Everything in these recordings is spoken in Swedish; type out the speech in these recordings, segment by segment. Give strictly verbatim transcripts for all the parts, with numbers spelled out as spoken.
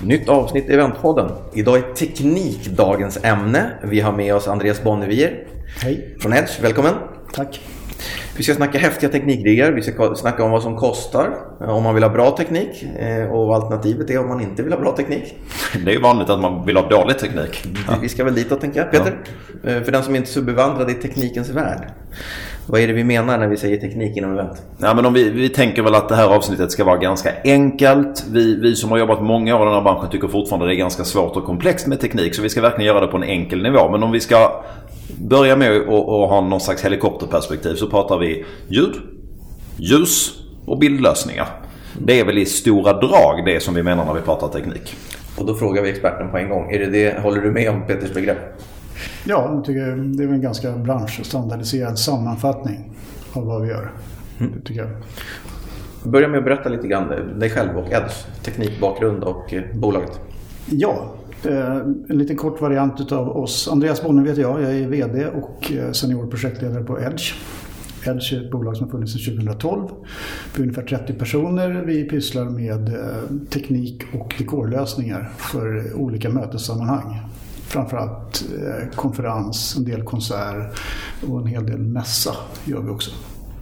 Nytt avsnitt Eventpodden. Idag är teknik dagens ämne. Vi har med oss Andreas Bonnevier. Hej. Från Edge, välkommen. Tack. Vi ska snacka häftiga teknikgrejer. Vi ska snacka om vad som kostar, om man vill ha bra teknik, och alternativet är om man inte vill ha bra teknik. Det är ju vanligt att man vill ha dålig teknik. Ja. Vi ska väl dit och tänka. Peter, ja. För den som inte är så bevandrad i teknikens värld, vad är det vi menar när vi säger teknik inom event? Ja, men om vi, vi tänker väl att det här avsnittet ska vara ganska enkelt. Vi, vi som har jobbat många år i den här branschen tycker fortfarande det är ganska svårt och komplext med teknik. Så vi ska verkligen göra det på en enkel nivå. Men om vi ska börja med att ha någon slags helikopterperspektiv så pratar vi ljud, ljus och bildlösningar. Det är väl i stora drag det som vi menar när vi pratar teknik. Och då frågar vi experten på en gång. Är det det, håller du med om Peters begrepp? Ja, jag tycker det är en ganska bransch- och standardiserad sammanfattning av vad vi gör. Mm. Det tycker jag. Börja med att berätta lite grann dig själv och Edge, teknikbakgrund och eh, bolaget. Ja, eh, en liten kort variant av oss. Andreas Bonnevier heter jag, jag är vd och seniorprojektledare på Edge. Edge är ett bolag som har funnits sedan tjugohundratolv. För ungefär trettio personer. Vi pysslar med eh, teknik och dekorlösningar för olika mötessammanhang. Framförallt eh, konferens, en del konsert och en hel del mässa gör vi också.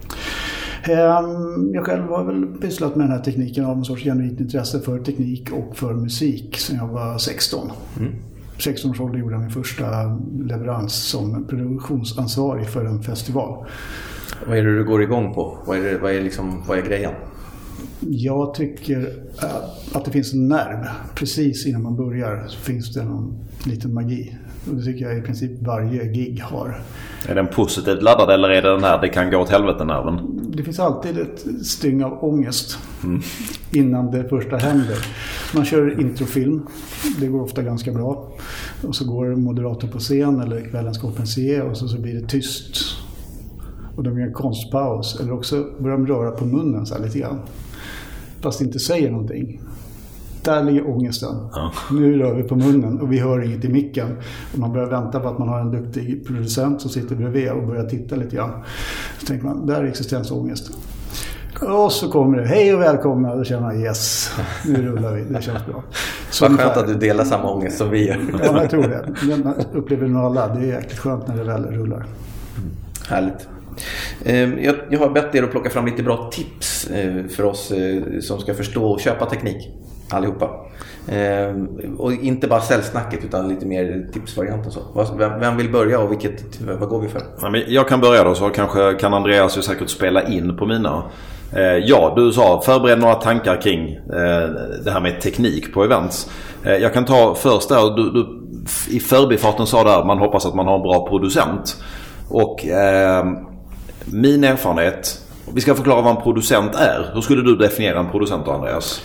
Eh, jag själv har väl pysslat med den här tekniken av en sorts genuint intresse för teknik och för musik sedan jag var sexton. Mm. sexton års ålder gjorde jag min första leverans som produktionsansvarig för en festival. Vad är det du går igång på? Vad är, det, vad är, liksom, vad är grejen? Jag tycker att det finns en nerv. Precis innan man börjar så finns det någon liten magi. Och det tycker jag i princip varje gig har. Är den positivt laddad eller är det den här det kan gå åt helvete nerven? Det finns alltid ett styng av ångest mm. innan det första händer. Man kör introfilm. Det går ofta ganska bra. Och så går moderator på scen eller kvällens konferencier och så, så blir det tyst. Och de gör en konstpaus. Eller också börjar de röra på munnen så här lite grann. Fast inte säger någonting. Där ligger ångesten. Ja. Nu rör vi på munnen och vi hör inget i micken. Och man börjar vänta på att man har en duktig producent som sitter bredvid och börjar titta lite grann. Så tänker man, där är existensångest. Och så kommer det, hej och välkomna. Då känner man, yes, nu rullar vi. Det känns bra. Så vad skönt att du delar samma ångest som vi gör. Ja, jag tror det. Jag upplever nog alla. Det är jäkligt skönt när det väl rullar. Mm. Härligt. Jag, jag har bett er att plocka fram lite bra tips för oss som ska förstå och köpa teknik allihopa. Och inte bara säljsnacket utan lite mer tipsvariant och så. Vem, vem vill börja och vilket, vad går vi för? Ja, men jag kan börja då så kanske kan Andreas ju säkert spela in på mina. Ja, du sa förbered några tankar kring det här med teknik på events. Jag kan ta först där, du, du i förbifarten sa där man hoppas att man har en bra producent. Och eh, min erfarenhet, vi ska förklara vad en producent är. Hur skulle du definiera en producent då, Andreas?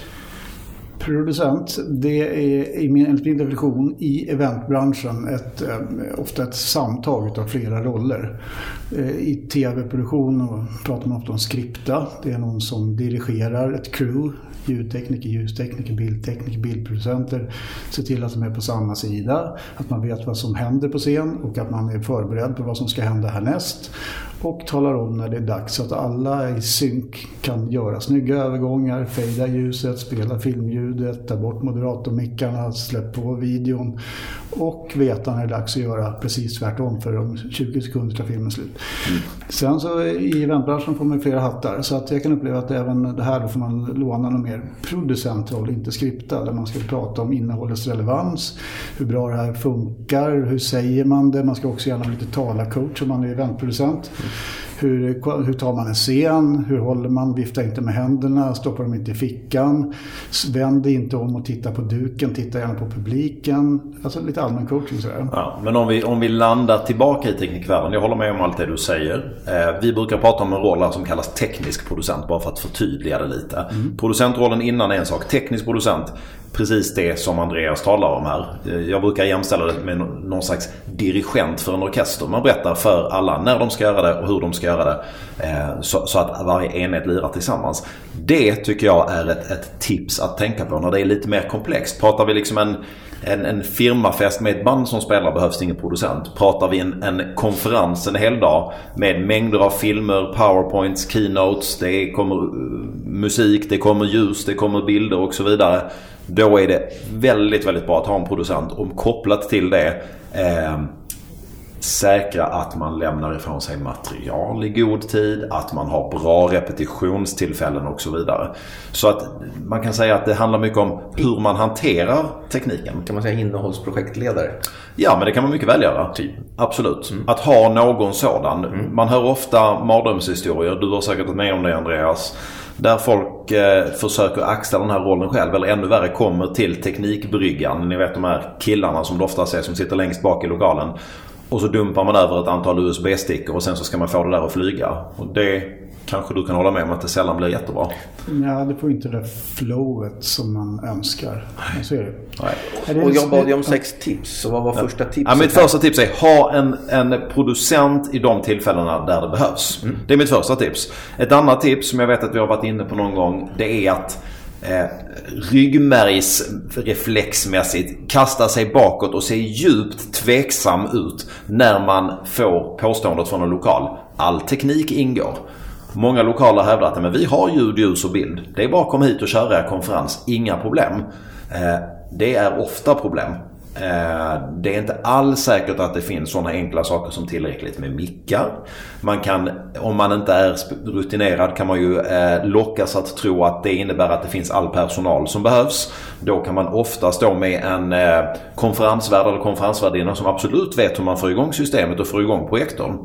Producent, det är i min, enligt min definition i eventbranschen ett, eh, ofta ett samtag av flera roller. Eh, I tv-produktion pratar man ofta om skripta. Det är någon som dirigerar ett crew. Ljudtekniker, ljustekniker, bildtekniker, bildproducenter. Se till att de är på samma sida. Att man vet vad som händer på scen och att man är förberedd på vad som ska hända härnäst. Och talar om när det är dags så att alla i synk kan göra snygga övergångar, fejda ljuset, spela filmljudet, ta bort moderatormickarna, släpp på videon och veta när det är dags att göra precis tvärtom för om tjugo sekunder tar filmen slut. Mm. Sen så i eventbranschen får man flera hattar så att jag kan uppleva att även det här då får man låna någon mer producentroll, inte skripta, där man ska prata om innehållets relevans, hur bra det här funkar, hur säger man det, man ska också gärna ha lite talarcoach om man är eventproducent. Mm. Hur, hur tar man en scen? Hur håller man? Viftar inte med händerna? Stoppar dem inte i fickan? Vänd inte om och titta på duken. Titta gärna på publiken. Alltså lite allmän coaching sådär. Ja, men om vi, om vi landar tillbaka i teknikvärlden. Jag håller med om allt det du säger. Eh, vi brukar prata om en roll här som kallas teknisk producent. Bara för att förtydliga det lite. Mm. Producentrollen innan är en sak. Teknisk producent. Precis det som Andreas talar om här. Jag brukar jämställa det med någon slags dirigent för en orkester. Man berättar för alla när de ska göra det och hur de ska göra det. Så, så att varje enhet lirar tillsammans. Det tycker jag är ett, ett tips att tänka på när det är lite mer komplext. Pratar vi liksom en, en, en firmafest med ett band som spelar behövs det ingen producent. Pratar vi en, en konferens en hel dag med mängder av filmer, powerpoints, keynotes. Det kommer musik, det kommer ljus, det kommer bilder och så vidare. Då är det väldigt, väldigt bra att ha en producent och kopplat till det eh, säkra att man lämnar ifrån sig material i god tid, att man har bra repetitionstillfällen och så vidare. Så att man kan säga att det handlar mycket om hur man hanterar tekniken. Kan man säga innehållsprojektledare? Ja, men det kan man mycket väl göra. Typ. Absolut. Mm. Att ha någon sådan. Mm. Man hör ofta mardrömshistorier. Du har säkert varit med om det, Andreas. Där folk eh, försöker axla den här rollen själv. Eller ännu värre kommer till teknikbryggan. Ni vet de här killarna som det ofta ser som sitter längst bak i lokalen. Och så dumpar man över ett antal U S B-stickor och sen så ska man få det där att flyga. Och det kanske du kan hålla med om att det sällan blir jättebra. Ja, det får inte det flowet som man önskar. Jag ser det. Nej. Det och jag bad ju om sex tips. Så vad var ja. första tipset? Ja, mitt första tips är ha en, en producent i de tillfällena där det behövs. Mm. Det är mitt första tips. Ett annat tips som jag vet att vi har varit inne på någon gång, det är att Eh, ryggmärgsreflexmässigt kasta sig bakåt och se djupt tveksam ut när man får påståendet från en lokal. All teknik ingår. Många lokaler hävdar att men vi har ljud, ljus och bild. Det är bara att komma hit och köra er konferens. Inga problem. Eh, det är ofta problem. Det är inte alls säkert att det finns sådana enkla saker som tillräckligt med mickar. Man kan, om man inte är rutinerad kan man ju eh, lockas att tro att det innebär att det finns all personal som behövs. Då kan man ofta stå med en eh, konferensvärd eller konferensvärdinna som absolut vet hur man får igång systemet och får igång projektorn.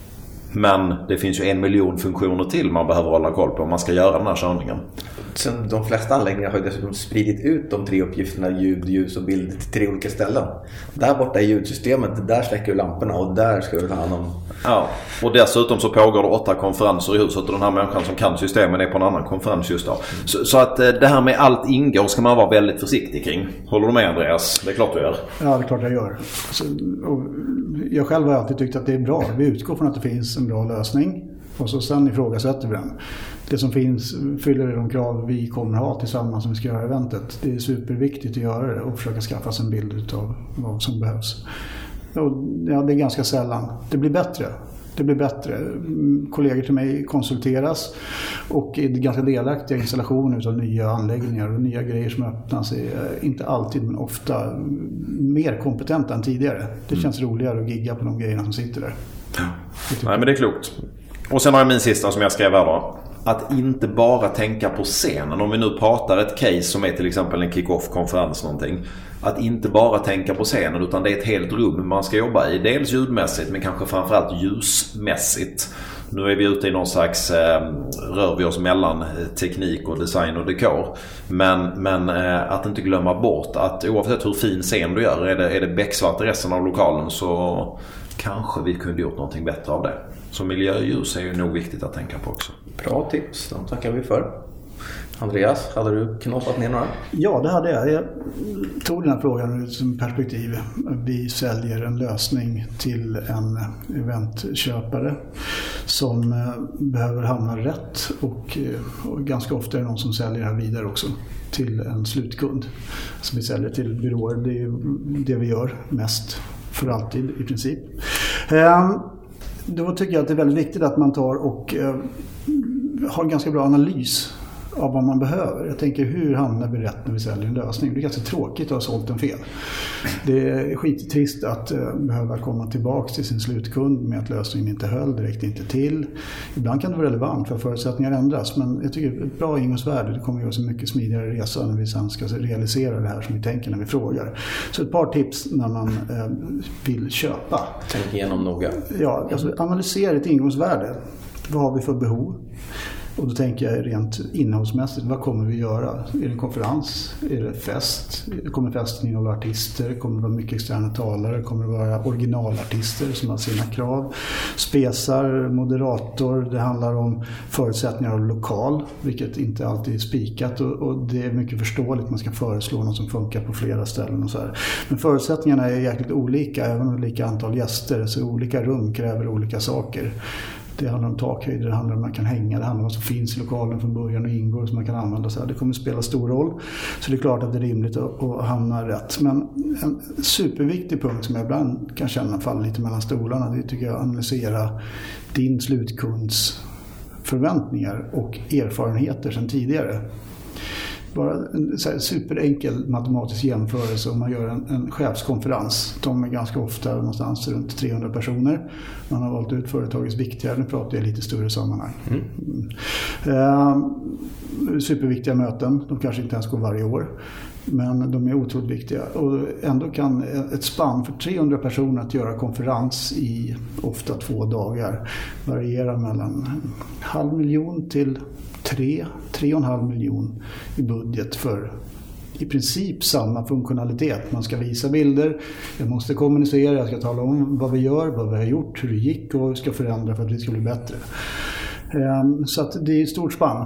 Men det finns ju en miljon funktioner till man behöver hålla koll på om man ska göra den här körningen. Sen de flesta anläggningar har ju dessutom spridit ut de tre uppgifterna ljud, ljus och bild till tre olika ställen. Där borta i ljudsystemet, där släcker lamporna och där ska vi ta hand om. Ja, och dessutom så pågår det åtta konferenser i huset och den här människan som kan systemen är på en annan konferens just då. Så, så att det här med allt ingår ska man vara väldigt försiktig kring. Håller du med, Andreas? Det är klart du gör. Ja, det är klart jag gör. Alltså, och jag själv har alltid tyckt att det är bra. Vi utgår från att det finns en bra lösning och så sen ifrågasätter vi den. Det som finns fyller de krav vi kommer ha tillsammans som vi ska göra eventet. Det är superviktigt att göra det och försöka skaffa sig en bild av vad som behövs. Och ja, det är ganska sällan. Det blir bättre. Det blir bättre. Kollegor till mig konsulteras och är ganska delaktiga i installationer av nya anläggningar och nya grejer som öppnas är inte alltid men ofta mer kompetenta än tidigare. Det känns mm. roligare att gigga på de grejerna som sitter där. Ja. Nej, men det är klokt. Och sen har jag min sista som jag skrev här då. Att inte bara tänka på scenen. Om vi nu pratar ett case som är till exempel en kick-off-konferens någonting. Att inte bara tänka på scenen utan det är ett helt rum man ska jobba i. Dels ljudmässigt men kanske framförallt ljusmässigt. Nu är vi ute i någon slags, eh, rör vi oss mellan teknik och design och dekor. Men, men eh, att inte glömma bort att oavsett hur fin scen du gör, är det, är det becksvart i resten av lokalen så kanske vi kunde gjort någonting bättre av det. Så miljöljus är ju nog viktigt att tänka på också. Bra tips, de tackar vi för. Andreas, hade du knoppat ner några? Ja, det hade jag. Jag tog den här frågan som perspektiv. Vi säljer en lösning till en eventköpare som behöver hamna rätt och, och ganska ofta är det någon som säljer det här vidare också till en slutkund. Så vi säljer till byråer, det är det vi gör mest för alltid i princip. Då tycker jag att det är väldigt viktigt att man tar och har en ganska bra analys av vad man behöver. Jag tänker, hur hamnar vi rätt när vi säljer en lösning? Det är ganska tråkigt att ha sålt den fel. Det är skittrist att uh, behöva komma tillbaka till sin slutkund med att lösningen inte höll, direkt inte till. Ibland kan det vara relevant för förutsättningar ändras, men jag tycker ett bra ingångsvärde, det kommer göra så mycket smidigare resa när vi sen ska realisera det här som vi tänker när vi frågar. Så ett par tips när man uh, vill köpa. Tänk igenom noga. Ja, alltså analysera ett ingångsvärde. Vad har vi för behov? Och då tänker jag rent innehållsmässigt, vad kommer vi göra? Är det en konferens? Är det fest? Kommer festen innehålla artister? Kommer det vara mycket externa talare? Kommer det vara originalartister som har sina krav? Spesar, moderator, det handlar om förutsättningar av lokal, vilket inte alltid är spikat och, och det är mycket förståeligt. Man ska föreslå något som funkar på flera ställen och så här. Men förutsättningarna är jäkligt olika, även om det är lika antal gäster, så olika rum kräver olika saker. Det handlar om takhöjder, det handlar om att man kan hänga, det handlar om vad som finns i lokalen från början och ingår som man kan använda. Så här. Det kommer att spela stor roll. Så det är klart att det är rimligt att, att hamna rätt. Men en superviktig punkt som jag ibland kan känna faller lite mellan stolarna, det tycker jag att analysera din slutkunds förväntningar och erfarenheter sedan tidigare. Bara en så här superenkel matematisk jämförelse om man gör en, en chefskonferens. De är ganska ofta någonstans runt trehundra personer. Man har valt ut företagets viktigare, nu pratar jag lite större sammanhang. Mm. Mm. Uh, superviktiga möten, de kanske inte ens går varje år. Men de är otroligt viktiga. Och ändå kan ett spann för trehundra personer att göra konferens i ofta två dagar variera mellan halv miljon till tre, tre och en halv miljon i budget för i princip samma funktionalitet. Man ska visa bilder, jag måste kommunicera, jag ska tala om vad vi gör, vad vi har gjort, hur det gick och vad vi ska förändra för att det ska bli bättre. Så att det är ett stort spann.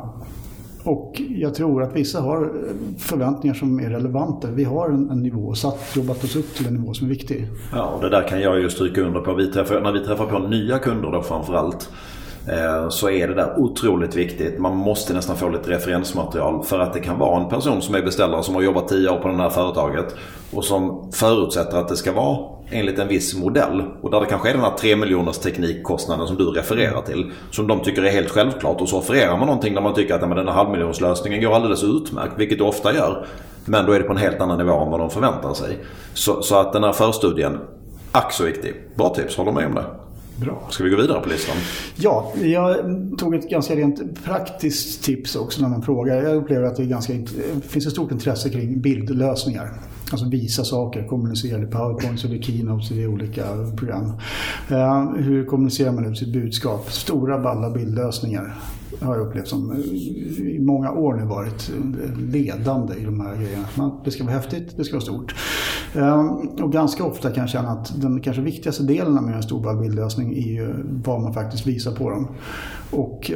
Och jag tror att vissa har förväntningar som är relevanta. Vi har en, en nivå satt, jobbat oss upp till en nivå som är viktig. Ja, och det där kan jag ju stryka under på. Vi träffar, när vi träffar på nya kunder då framförallt, eh, så är det där otroligt viktigt. Man måste nästan få lite referensmaterial för att det kan vara en person som är beställare som har jobbat tio år på det här företaget och som förutsätter att det ska vara enligt en viss modell, och där det kanske är den här tre miljoners teknikkostnaden som du refererar till som de tycker är helt självklart, och så offererar man någonting där man tycker att ja, men den här halvmiljonslösningen går alldeles utmärkt, vilket det ofta gör, men då är det på en helt annan nivå än vad de förväntar sig. Så, så att den här förstudien, ack så viktig. Bra tips, håller med om det. Bra. Ska vi gå vidare på listan? Ja, jag tog ett ganska rent praktiskt tips också när man frågar. Jag upplever att det är ganska, finns ett stort intresse kring bildlösningar. Alltså visa saker, kommunicera i PowerPoint eller Keynote i olika program. Uh, hur kommunicerar man ut sitt budskap? Stora balla bildlösningar har jag upplevt som i många år nu varit ledande i de här grejerna. Man, det ska vara häftigt, det ska vara stort. Uh, och ganska ofta kan jag känna att den kanske viktigaste delen med en stor ball bildlösning är ju vad man faktiskt visar på dem. Och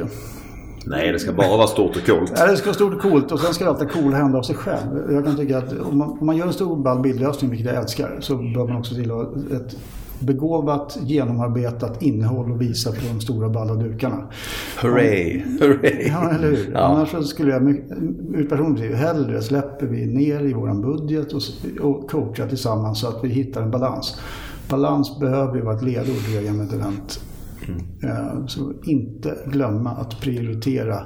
nej, det ska bara vara stort och coolt. Ja, det ska vara stort och coolt, och sen ska det alltid cool hända av sig själv. Jag kan tycka att om man, om man gör en stor ball bildlösning, vilket jag älskar, så bör man också till ett begåvat, genomarbetat innehåll och visa på de stora balla dukarna. Hurray! Hurray! Ja, eller hur? Ja. Annars så skulle jag ur personligt hellre släpper vi ner i våran budget och, och coachar tillsammans så att vi hittar en balans. Balans behöver ju vara ett ledord i ett event. Mm. Så inte glömma att prioritera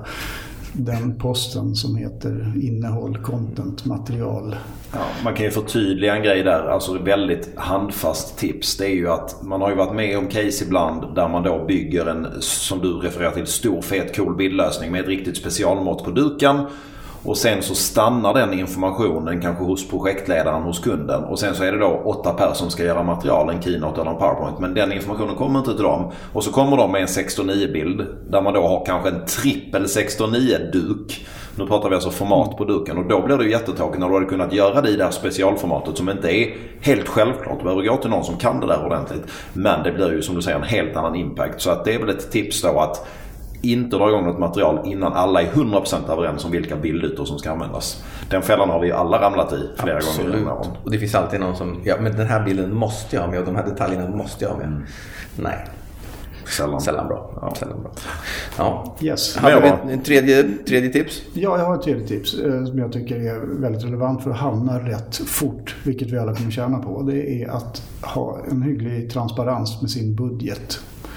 den posten som heter innehåll, content, material. Ja, man kan ju förtydliga en grej där, alltså väldigt handfast tips. Det är ju att man har ju varit med om case ibland där man då bygger en, som du refererar till, stor, fet, cool bildlösning med ett riktigt specialmått på duken. Och sen så stannar den informationen kanske hos projektledaren, hos kunden. Och sen så är det då åtta personer som ska göra material, en keynote eller en PowerPoint. Men den informationen kommer inte till dem. Och så kommer de med en sexton nio-bild där man då har kanske en trippel sexton nio-duk. Nu pratar vi alltså format på duken. Och då blir det ju jättetråkigt när du hade kunnat göra det i det här specialformatet som inte är helt självklart. Du behöver gå till någon som kan det där ordentligt. Men det blir ju som du säger en helt annan impact. Så att det är väl ett tips då att inte dra igång något material innan alla är hundra procent överens om vilka bildytor som ska användas. Den fällan har vi ju alla ramlat i flera Absolut. gånger i morgon. Och det finns alltid någon som, ja men den här bilden måste jag ha med och de här detaljerna måste jag ha med. Mm. Nej. Sällan. Sällan bra. Ja. Sällan bra. Ja. Yes. Har vi ett tredje, tredje tips? Ja, jag har ett tredje tips eh, som jag tycker är väldigt relevant för att hamna rätt fort, vilket vi alla kommer tjäna på. Det är att ha en hygglig transparens med sin budget.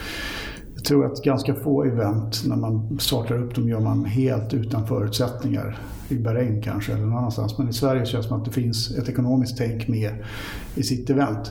Jag tror att ganska få event när man startar upp dem gör man helt utan förutsättningar. I Bahrain kanske eller någon annanstans. Men i Sverige känns det som att det finns ett ekonomiskt tänk med i sitt event.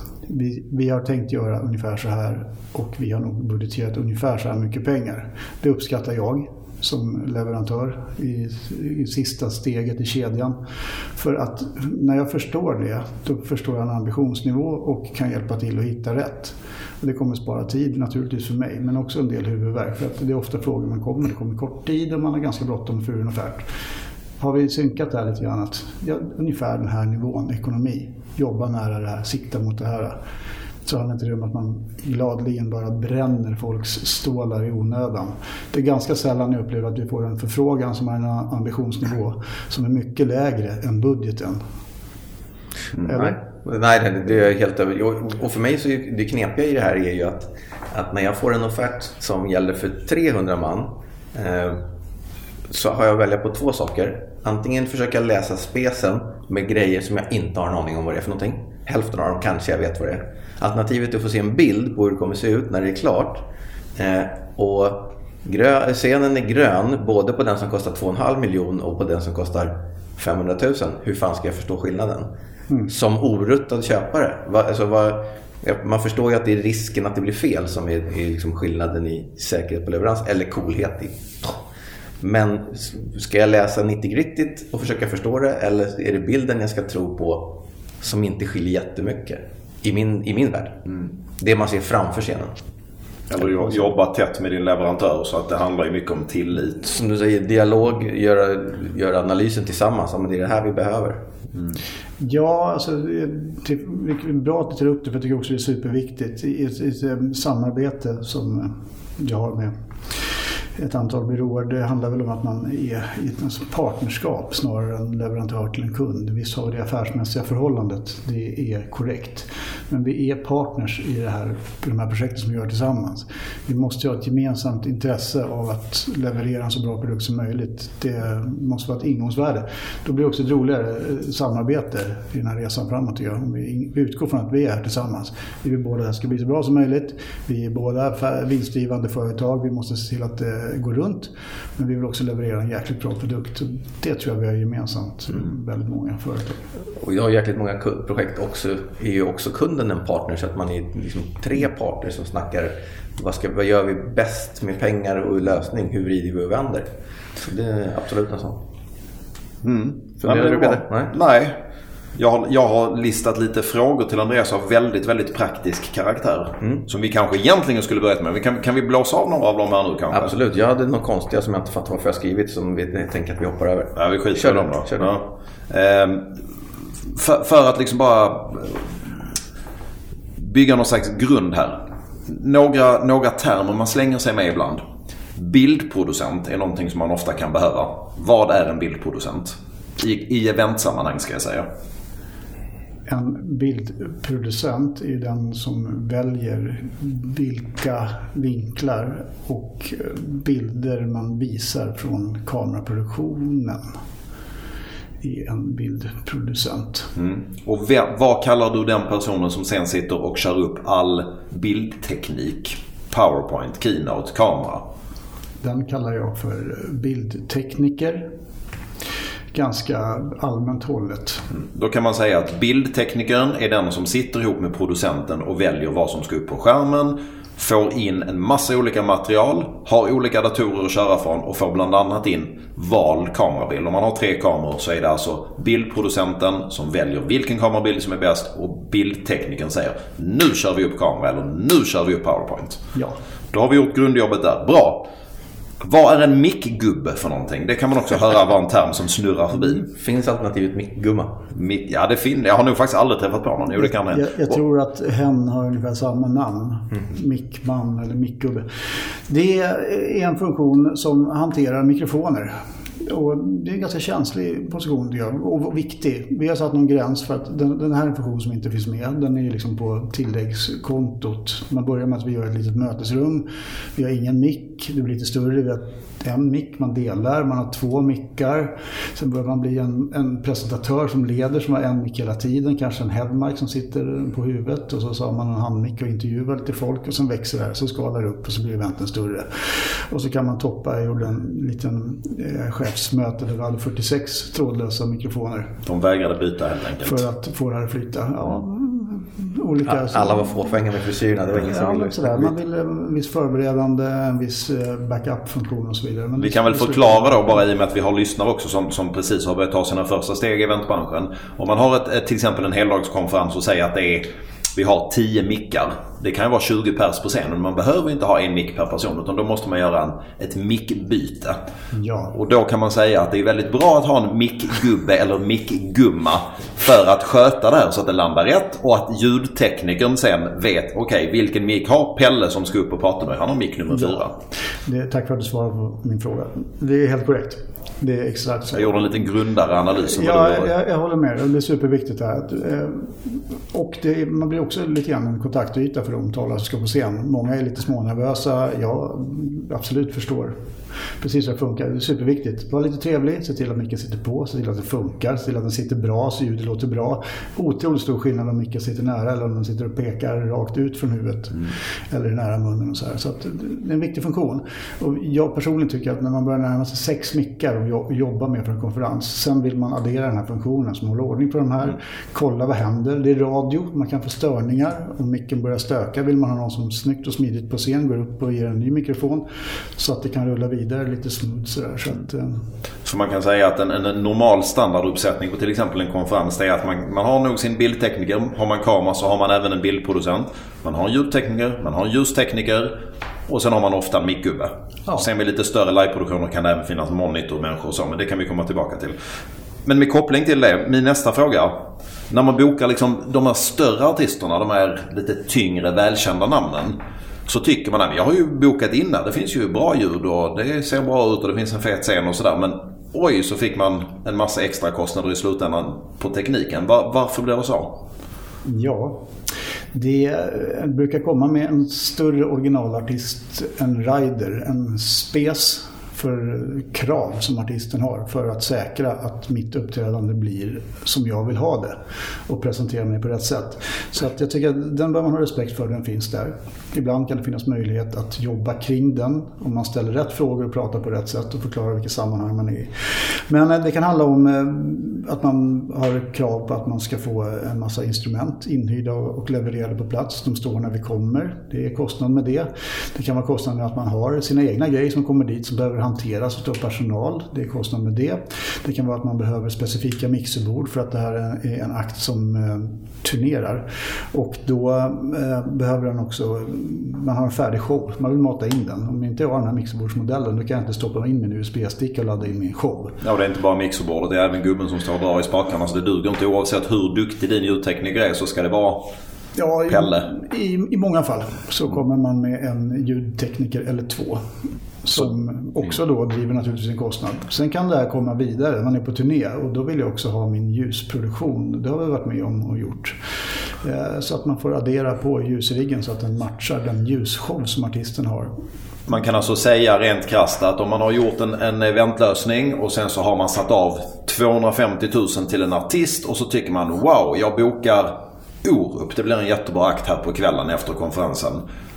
Vi, vi har tänkt göra ungefär så här och vi har nog budgeterat ungefär så här mycket pengar. Det uppskattar jag som leverantör i, i sista steget i kedjan. För att när jag förstår det, då förstår jag en ambitionsnivå och kan hjälpa till att hitta rätt. Och det kommer spara tid naturligtvis för mig, men också en del huvudvärk. För att det är ofta frågor man kommer, det kommer kort tid och man har ganska bråttom för en offert. Har vi synkat det här lite grann att ja, ungefär den här nivån, ekonomi, jobba nära det här, sikta mot det här. Så handlar det inte om att man gladligen bara bränner folks stålar i onödan. Det är ganska sällan jag upplever att vi får en förfrågan som har en ambitionsnivå som är mycket lägre än budgeten. Mm, nej. nej, det är helt över. Och för mig så är det knepiga i det här är ju att, att när jag får en offert som gäller för trehundra man eh, så har jag att välja på två saker. Antingen försöka läsa specen med grejer som jag inte har en aning om vad det är för någonting. Hälften av dem kanske jag vet vad det är. Alternativet är att få se en bild på hur det kommer se ut när det är klart. Eh, och Grö, scenen är grön både på den som kostar två komma fem miljoner och på den som kostar femhundratusen. Hur fan ska jag förstå skillnaden? Mm. Som oruttad köpare. Va, alltså, va, man förstår ju att det är risken att det blir fel som är, är liksom skillnaden i säkerhet på leverans eller coolhet i. Men ska jag läsa nittio-grittigt och försöka förstå det, eller är det bilden jag ska tro på som inte skiljer jättemycket i min, i min värld? Mm. Det man ser framför scenen. Eller jobba tätt med din leverantör, så att det handlar ju mycket om tillit. Som du säger, dialog, göra, göra analysen tillsammans. Men det är det här vi behöver. Mm. Ja, alltså, det är bra att du tar upp det, för jag tycker också det är superviktigt. I ett, i ett samarbete som jag har med ett antal byråer, det handlar väl om att man är i ett partnerskap snarare än leverantör till en kund. Visst har vi det affärsmässiga förhållandet, det är korrekt. Men vi är partners i det här, de här projekten som vi gör tillsammans. Vi måste ha ett gemensamt intresse av att leverera en så bra produkt som möjligt. Det måste vara ett ingångsvärde. Då blir det också ett roligare samarbete i den här resan framåt. Om vi utgår från att vi är här tillsammans. Vi vill båda att det ska bli så bra som möjligt. Vi är båda vinstdrivande företag. Vi måste se till att det går runt. Men vi vill också leverera en jäkligt bra produkt. Det tror jag vi har gemensamt. Mm. Väldigt många företag. Och jag har jäkligt många projekt också. Är ju också kunden en partner, så att man är liksom tre partner som snackar vad, ska, vad gör vi bäst med pengar och lösning, hur vrider vi och vänder. Så det är absolut en sån. Mm. Funderar du på det? Nej. Nej. Jag har, jag har listat lite frågor till Andreas av väldigt, väldigt praktisk karaktär. Mm. Som vi kanske egentligen skulle börja med. Kan, kan vi blåsa av några av dem här nu kanske? Absolut. Jag hade något konstiga som jag inte fattar varför jag skrivit, som vi tänker att vi hoppar över. Ja, vi skiter dem då. Kör ja. ehm, för, för att liksom bara bygga någon slags grund här. Några, några termer man slänger sig med ibland. Bildproducent är någonting som man ofta kan behöva. Vad är en bildproducent? I, i eventsammanhang ska jag säga. En bildproducent är den som väljer vilka vinklar och bilder man visar från kameraproduktionen i en bildproducent. Mm. Och v- vad kallar du den personen som sen sitter och kör upp all bildteknik? PowerPoint, Keynote, kamera? Den kallar jag för bildtekniker. Ganska allmänt hållet. Mm. Då kan man säga att bildteknikern är den som sitter ihop med producenten och väljer vad som ska upp på skärmen, får in en massa olika material, har olika datorer att köra från och får bland annat in vald kamerabild. Om man har tre kameror så är det alltså bildproducenten som väljer vilken kamerabild som är bäst, och bildteknikern säger nu kör vi upp kamera eller nu kör vi upp PowerPoint. Ja. Då har vi gjort grundjobbet där. Bra. Vad är en mickgubbe för någonting? Det kan man också höra vara en term som snurrar förbi. Finns alternativet mickgumma? Mick, ja, det finns. Jag har nog faktiskt aldrig träffat på någon. Jo, det kan jag, jag, jag tror att hen har ungefär samma namn. Mm. Mickman eller mickgubbe. Det är en funktion som hanterar mikrofoner. Och det är en ganska känslig position och viktig. Vi har satt någon gräns för att den, den här är en funktion som inte finns med. Den är liksom på tilläggskontot. Man börjar med att vi gör ett litet mötesrum. Vi har ingen mick. Det blir lite större. Vi har en mick man delar. Man har två mickar. Sen börjar man bli en, en presentatör som leder, som har en mick hela tiden. Kanske en headmic som sitter på huvudet. Och så, så har man en handmick och intervjuar lite folk. Och sen växer det här. Så skalar det upp och så blir eventen större. Och så kan man toppa. Jag gjorde en liten eh, chefsmöte där vi hade fyrtiosex trådlösa mikrofoner. De vägrade byta helt enkelt. För att få det här att flytta. Ja, olika, ja, alla var fåfänga med frisyrerna. Det var ingen som ville. Sådär. Man ville en viss förberedande, en viss backup-funktion och så vidare. Men vi kan väl förklara då, bara i och med att vi har lyssnare också som, som precis har börjat ta sina första steg i eventbranschen. Om man har ett, ett, till exempel en heldagskonferens och säger att det är, vi har tio mickar. Det kan ju vara tjugo pers på scenen. Man behöver inte ha en mick per person, utan då måste man göra en, ett mickbyte. Ja. Och då kan man säga att det är väldigt bra att ha en mickgubbe eller mickgumma för att sköta det här så att det landar rätt, och att ljudteknikern sen vet, okej, okay, vilken mick har Pelle som ska upp och prata med? Han har mick nummer fyra. Ja. Det, tack för att du svarade på min fråga. Det är helt korrekt. det är exakt så. Jag gjorde en liten grundare analys. Ja, jag, jag håller med. Det är superviktigt här. Och det, man blir också lite grann en kontaktyta för de talare som ska på scen. Många är lite smånervösa. Jag absolut förstår precis hur det funkar. Det är superviktigt. Var lite trevlig, se till att micken sitter på, se till att det funkar, se till att den sitter bra så ljudet låter bra. Otroligt stor skillnad om micken sitter nära eller om den sitter och pekar rakt ut från huvudet mm. eller nära munnen och så här. Så att det är en viktig funktion. Och jag personligen tycker att när man börjar närma sig sex mickar och jobba med för en konferens, sen vill man addera den här funktionen som håller ordning på de här, mm. kolla vad händer. Det är radio, man kan få störningar. Om micken börjar stöka vill man ha någon som snyggt och smidigt på scen går upp och ger en ny mikrofon så att det kan rulla vidare lite smooth sådär. Så, att, eh. så man kan säga att en, en normal standarduppsättning på till exempel en konferens är att man, man har nog sin bildtekniker, har man kamera så har man även en bildproducent, man har en ljudtekniker, man har en ljustekniker och sen har man ofta en mickgubbe. Ja. Sen med lite större liveproduktioner kan det även finnas monitormänniskor och så, men det kan vi komma tillbaka till. Men med koppling till det, min nästa fråga. När man bokar liksom de här större artisterna, de här lite tyngre, välkända namnen, så tycker man att jag har ju bokat innan, det finns ju bra ljud och det ser bra ut och det finns en fet scen och sådär, men oj så fick man en massa extra kostnader i slutändan på tekniken. Var, varför blev det så? Ja, det brukar komma med en större originalartist, en rider, en spes för krav som artisten har för att säkra att mitt uppträdande blir som jag vill ha det och presentera mig på rätt sätt. Så att jag tycker att den bör man ha respekt för, den finns där. Ibland kan det finnas möjlighet att jobba kring den om man ställer rätt frågor och pratar på rätt sätt och förklarar vilka sammanhang man är i. Men det kan handla om att man har krav på att man ska få en massa instrument inhyrda och levererade på plats. De står när vi kommer. Det är kostnad med det. Det kan vara kostnad med att man har sina egna grejer som kommer dit som behöver hanteras av personal. Det är kostnad med det. Det kan vara att man behöver specifika mixerbord för att det här är en akt som eh, turnerar. Och då eh, behöver den också, man har en färdig show. Man vill mata in den. Om jag inte har den här mixerbordsmodellen då kan jag inte stoppa in min U S B-stick och ladda in min show. Ja, det är inte bara mixerbordet. Det är även gubben som står och drar i spakarna. Så det duger inte oavsett hur duktig din ljudtekniker är så ska det vara ja, Pelle. I, i, I många fall så kommer man med en ljudtekniker eller två. Som också då driver naturligtvis en kostnad. Sen kan det här komma vidare. Man är på turné och då vill jag också ha min ljusproduktion. Det har vi varit med om och gjort. Så att man får addera på ljusriggen så att den matchar den ljusshow som artisten har. Man kan alltså säga rent krasst att om man har gjort en, en eventlösning och sen så har man satt av tvåhundrafemtio tusen till en artist och så tycker man wow, jag bokar Orup. Det blir en jättebra akt här på kvällen efter konferensen.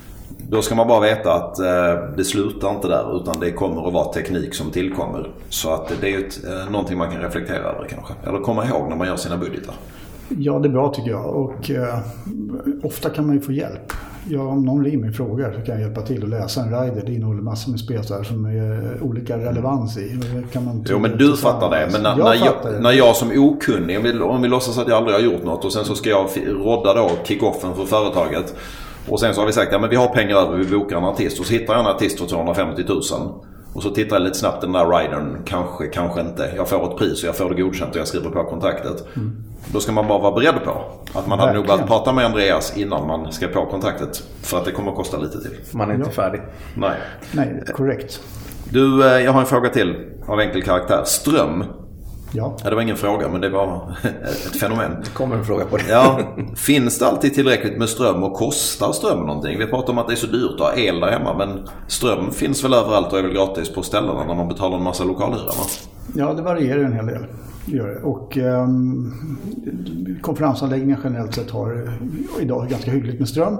Då ska man bara veta att eh, det slutar inte där utan det kommer att vara teknik som tillkommer. Så att det är ju ett, eh, någonting man kan reflektera över kanske. Eller komma ihåg när man gör sina budgetar. Ja, det är bra tycker jag. Och eh, ofta kan man ju få hjälp. Ja, om någon ringer och frågar så kan jag hjälpa till att läsa en rider. Det innehåller massor med spelsar som är olika relevans i. Kan man jo, men du fattar det. Men när jag, när, jag, när jag som okunnig, om vi, om vi låtsas att jag aldrig har gjort något och sen så ska jag rodda då kick-offen för företaget. Och sen så har vi sagt, ja men vi har pengar över, vi bokar en artist. Och så hittar jag en artist för tvåhundrafemtio tusen. Och så tittar jag lite snabbt den där ridern. Kanske, kanske inte. Jag får ett pris och jag får det godkänt och jag skriver på kontraktet. Mm. Då ska man bara vara beredd på att man hade nog behövt prata med Andreas innan man ska på kontraktet. För att det kommer att kosta lite till. Man är inte ja. färdig. Nej. Nej, korrekt. Du, jag har en fråga till av enkel karaktär. Ström. Ja. Ja, det var ingen fråga men det var ett fenomen. Det kommer en fråga på det. Ja. Finns det alltid tillräckligt med ström och kostar ström någonting? Vi pratar om att det är så dyrt att ha el där hemma men ström finns väl överallt och är väl gratis på ställena när man betalar en massa lokalhyra, va? Ja, det varierar en hel del. Gör det. Och um, konferensanläggningar generellt sett har idag ganska hyggligt med ström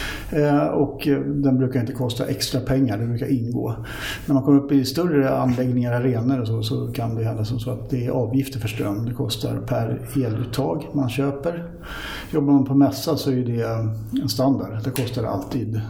uh, och den brukar inte kosta extra pengar, det brukar ingå. När man kommer upp i större anläggningar, arenor och så, så kan det hända som så att det är avgifter för ström. Det kostar per eluttag man köper. Jobbar man på mässa så är det en standard. Det kostar alltid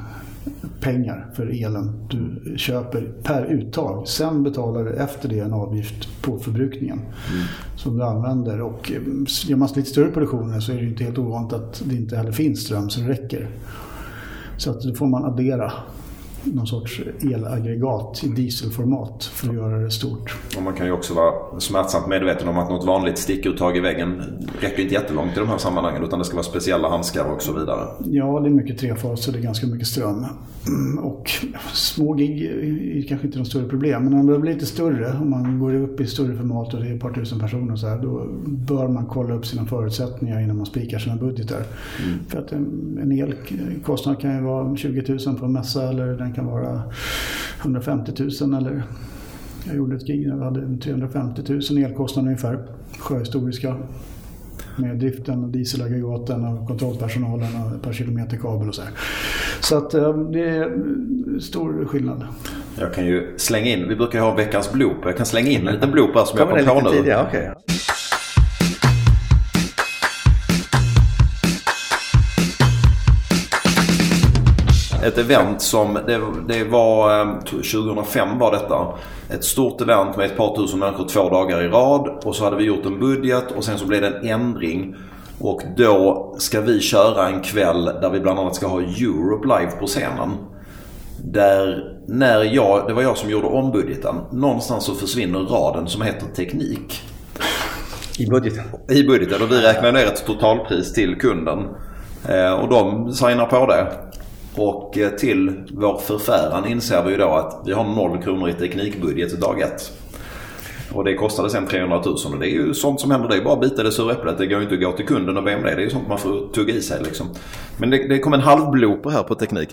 pengar för elen du köper per uttag. Sen betalar du efter det en avgift på förbrukningen mm. som du använder. Och gör man lite större produktioner så är det inte helt ovanligt att det inte heller finns ström som räcker. Så att då får man addera någon sorts elaggregat i dieselformat för att göra det stort. Och man kan ju också vara smärtsamt medveten om att något vanligt stickuttag i väggen räcker inte jättelångt i de här sammanhangen, utan det ska vara speciella handskar och så vidare. Ja, det är mycket trefas så det är ganska mycket ström. Och små gig är kanske inte de större problem, men när det blir lite större, om man går upp i större format och det är ett par tusen personer så här, då bör man kolla upp sina förutsättningar innan man spikar sina budgetar. Mm. För att en, en elkostnad kan ju vara tjugo tusen på en mässa, eller den kan vara hundrafemtio tusen, eller jag gjorde ett gig där vi hade trehundrafemtio tusen elkostnader ungefär, sjöhistoriska, med driften och dieselaggregaten och kontrollpersonalen och per kilometer kabel och så här. Så att det är stor skillnad. Jag kan ju slänga in, vi brukar ha veckans blooper. Jag kan slänga in en liten blooper som jag kom på nu. Tidigare, okay. Ett event som, det, det var tjugohundrafem var detta. Ett stort event med ett par tusen människor två dagar i rad. Och så hade vi gjort en budget och sen så blev det en ändring. Och då ska vi köra en kväll där vi bland annat ska ha Europe live på scenen. Där när jag, det var jag som gjorde om budgeten. Någonstans så försvinner raden som heter teknik. I budgeten? I budgeten, och vi räknar ner ett totalpris till kunden. Och de signar på det. Och till vår förfäran inser vi ju då att vi har noll kronor i teknikbudget dag ett. Och det kostade sen trehundratusen, och det är ju sånt som händer. Det är bara att bita det sura äpplet. Det går ju inte att gå till kunden och be om det. Det är ju sånt man får tugga i sig liksom. Men det, det kom en halv blooper här på teknik.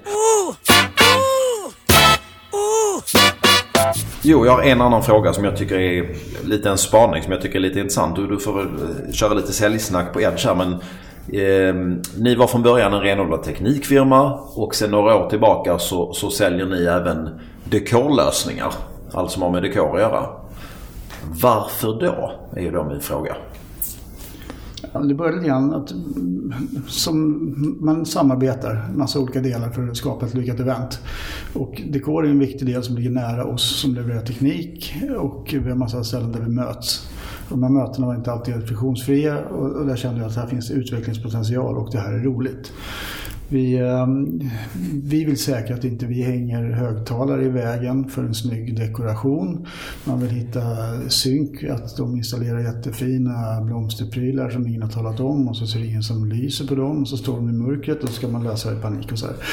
Jo, jag har en annan fråga som jag tycker är lite en spaning som jag tycker är lite intressant. Du, du får väl köra lite säljsnack på Edge här, men eh, ni var från början en renodlad teknikfirma, och sen några år tillbaka så, så säljer ni även dekorlösningar, allt som har med dekor att göra. Varför då, är ju då min fråga. Ja, det börjar lite grann att som man samarbetar en massa olika delar för att skapa ett lyckat event. Och dekor är en viktig del som ligger nära oss som levererar teknik, och vi har en massa ställen där vi möts. De här mötena var inte alltid friktionsfria, och där kände jag att här finns utvecklingspotential och det här är roligt. Vi, vi vill säkra att inte vi hänger högtalare i vägen för en snygg dekoration. Man vill hitta synk, att de installerar jättefina blomsterprylar som ingen har talat om, och så ser det ingen som lyser på dem, och så står de i mörkret och så ska man lösa det i panik och så här.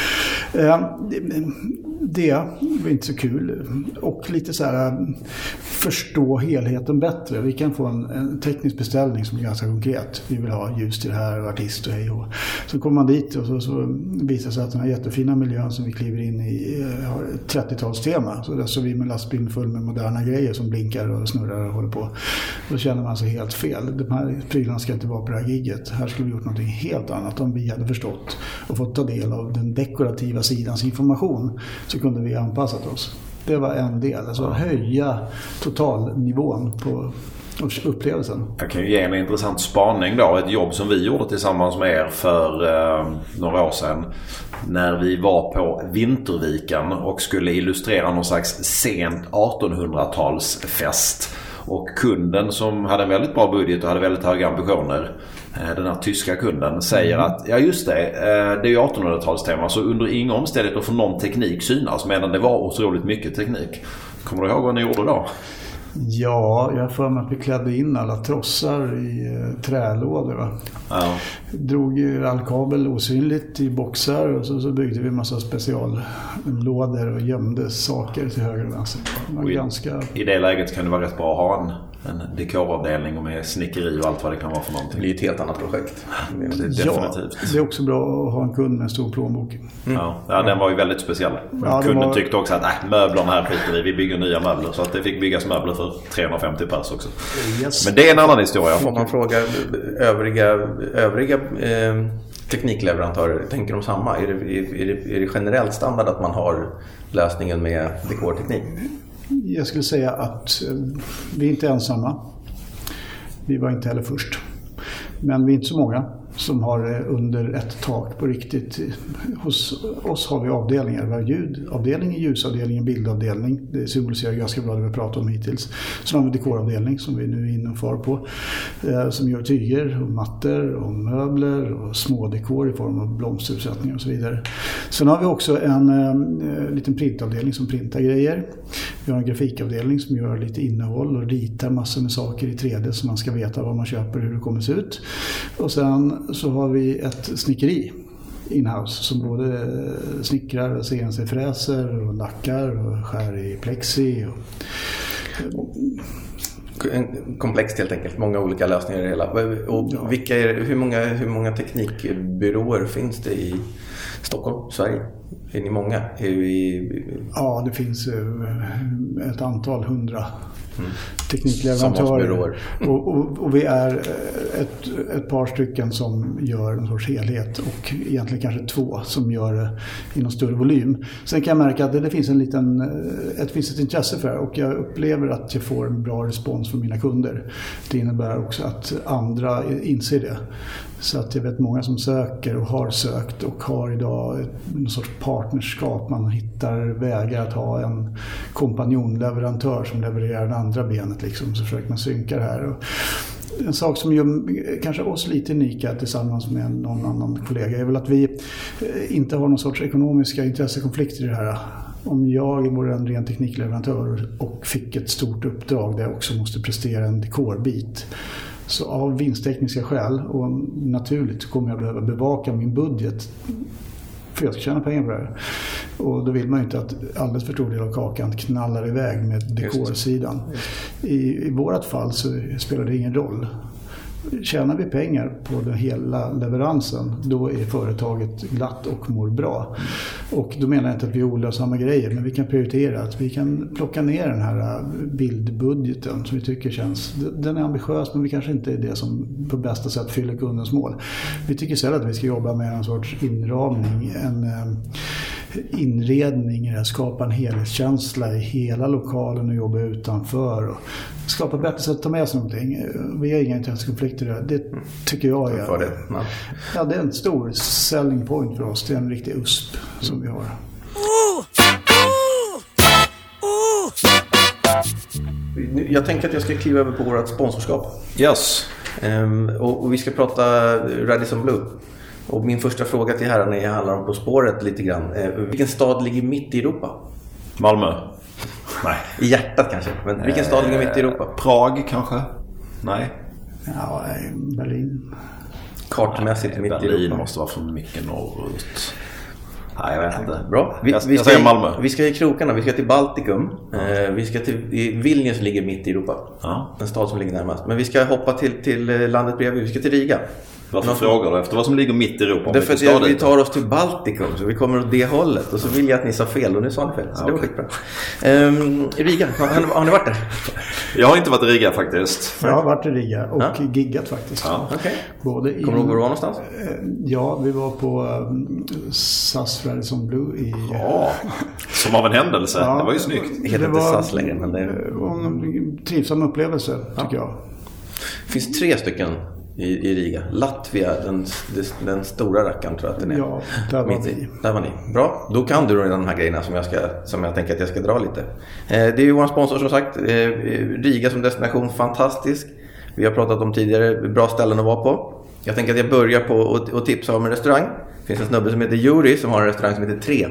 Det var inte så kul, och lite så här förstå helheten bättre. Vi kan få en, en teknisk beställning som är ganska konkret. Vi vill ha ljus till det här och artist och hej och. Så kommer man dit och så, så visar sig att den här jättefina miljön som vi kliver in i har ett trettiotalstema. Så där står vi med lastbilen full med moderna grejer som blinkar och snurrar och håller på. Då känner man sig helt fel. De här prylarna ska inte vara på det här gigget. Här skulle vi gjort något helt annat om vi hade förstått och fått ta del av den dekorativa sidans information, så kunde vi anpassat oss. Det var en del, alltså höja totalnivån på upplevelsen. Jag kan ju ge en intressant spaning då. Ett jobb som vi gjorde tillsammans med er för eh, några år sedan, när vi var på Vinterviken och skulle illustrera någon slags sent artonhundratalsfest. Och kunden som hade en väldigt bra budget och hade väldigt höga ambitioner, den här tyska kunden, säger mm. att ja just det, det är ju artonhundratalstema, så under inga omständigheter får någon teknik synas, medan det var otroligt mycket teknik. Kommer du ihåg vad ni gjorde då? Ja, jag har för mig att vi klädde in alla trossar i eh, trälådor. Va? Ja. Drog ju all kabel osynligt i boxar, och så, så byggde vi en massa speciallådor och gömde saker till höger och vänster. Och i, ganska... I det läget kan det vara rätt bra att ha en, en dekoravdelning och med snickeri och allt vad det kan vara för någonting. Det är ett helt annat projekt. Det är definitivt. Ja, det är också bra att ha en kund med en stor plånbok. Mm. Ja, ja, den var ju väldigt speciell. Ja, kunden var... tyckte också att äh, möblerna här skiter vi, vi bygger nya möbler, så att det fick byggas möbler för trehundrafemtio pers också. Yes. Men det är en annan historia. Får man fråga övriga, övriga eh, teknikleverantörer, tänker de samma? Är det, är, det, är det generellt standard att man har lösningen med dekorteknik? Jag skulle säga att eh, vi är inte ensamma. Vi var inte heller först. Men vi är inte så många. som har det under ett tak på riktigt. Hos oss har vi avdelningar. Vi har ljudavdelning, ljusavdelning, bildavdelning. Det symboliserar ganska bra det vi pratat om hittills. Sen har vi dekoravdelning som vi nu är inne och far på. Eh, som gör tyger och mattor och möbler och små dekor i form av blomsteruppsättningar och så vidare. Sen har vi också en eh, liten printavdelning som printar grejer. Vi har en grafikavdelning som gör lite innehåll och ritar massor med saker i tre D så man ska veta vad man köper och hur det kommer se ut. Och sen så har vi ett snickeri inhouse som både snickrar och C N C-fräser och lackar och skär i plexi. Och... En komplext helt enkelt, många olika lösningar i det hela. Och ja. vilka är, hur, många, hur många teknikbyråer finns det i Stockholm, Sverige? Är ni många? Är vi... Ja, det finns ett antal hundra mm. teknikleverantörer. Och, och, och vi är ett, ett par stycken som gör en sorts helhet och egentligen kanske två som gör det i någon större volym. Sen kan jag märka att det, det finns en liten, ett, finns ett intresse för det och jag upplever att jag får en bra respons från mina kunder. Det innebär också att andra inser det. Så att jag vet många som söker och har sökt och har idag en sorts partnerskap. Man hittar vägar att ha en kompanjonleverantör som levererar det andra benet liksom, så försöker man synka det här. Och en sak som gör kanske oss lite unika tillsammans med någon annan kollega är väl att vi inte har någon sorts ekonomiska intressekonflikter i det här. Om jag vore en ren teknikleverantör och fick ett stort uppdrag där jag också måste prestera en dekorbit, så av vinsttekniska skäl och naturligt kommer jag behöva bevaka min budget för jag ska tjäna pengar på det här. Och då vill man ju inte att alldeles för stor del av kakan knallar iväg med dekorsidan. I, i vårat fall så spelar det ingen roll. Tjänar vi pengar på den hela leveransen, då är företaget glatt och mår bra. Och då menar jag inte att vi är olösamma grejer, men vi kan prioritera att vi kan plocka ner den här bildbudgeten som vi tycker känns, den är ambitiös men vi kanske inte är det som på bästa sätt fyller kundens mål. Vi tycker istället att vi ska jobba med en sorts inramning, en inredning, skapa en helhetskänsla i hela lokalen och jobba utanför och skapa bättre sätt att ta med sig någonting. Vi har inga intressekonflikter där. Det tycker jag är, det. Ja. Ja, det är en stor selling point för oss. Det är en riktig U S P som vi har. Jag tänker att jag ska kliva över på vårt sponsorskap. Yes. Um, och, och vi ska prata Radisson Blu. Och min första fråga till herrarna är, handlar om På spåret lite grann. Eh, vilken stad ligger mitt i Europa? Malmö. Nej. I hjärtat kanske. Men vilken stad ligger mitt i Europa? Prag kanske? Nej. Ja, Berlin. Kartmässigt mitt i Europa. Berlin måste vara från mycket norrut. Nej, jag vet inte. Bra. Vi, jag, vi, jag ska säger Malmö. I, vi ska i krokarna. Vi ska till Baltikum. Ja. Eh, vi ska till Vilnius ligger mitt i Europa. Ja. En stad som ligger närmast. Men vi ska hoppa till, till landet bredvid. Vi ska till Riga. Varför Någon... frågar du efter vad som ligger mitt i Europa? Därför att jag, vi tar oss till Baltikum, så vi kommer åt det hållet. Och så vill jag att ni sa fel, och nu sa ni fel. Så ja, det var okay. skitbra. Um, Riga, har, har ni varit där? Jag har inte varit i Riga faktiskt. Jag har varit i Riga och ja. giggat faktiskt. Ja. Okay. Både i, kommer du ihåg var du var någonstans? Ja, vi var på um, S A S Radisson Blu i... Ja, som av en händelse. Ja, det var ju snyggt. Det heter inte S A S längre, men det var en trivsam upplevelse, tycker ja. jag. Det finns tre stycken i, i Riga. Latvia, den, den stora rackaren tror jag att den är. Ja, där var vi. Där var ni. Bra, då kan du de här grejerna som jag, ska, som jag tänker att jag ska dra lite. Eh, det är ju vår sponsor som sagt. Eh, Riga som destination, fantastisk. Vi har pratat om tidigare, bra ställen att vara på. Jag tänker att jag börjar på att och tipsa om en restaurang. Det finns en snubbe som heter Juri som har en restaurang som heter Tre.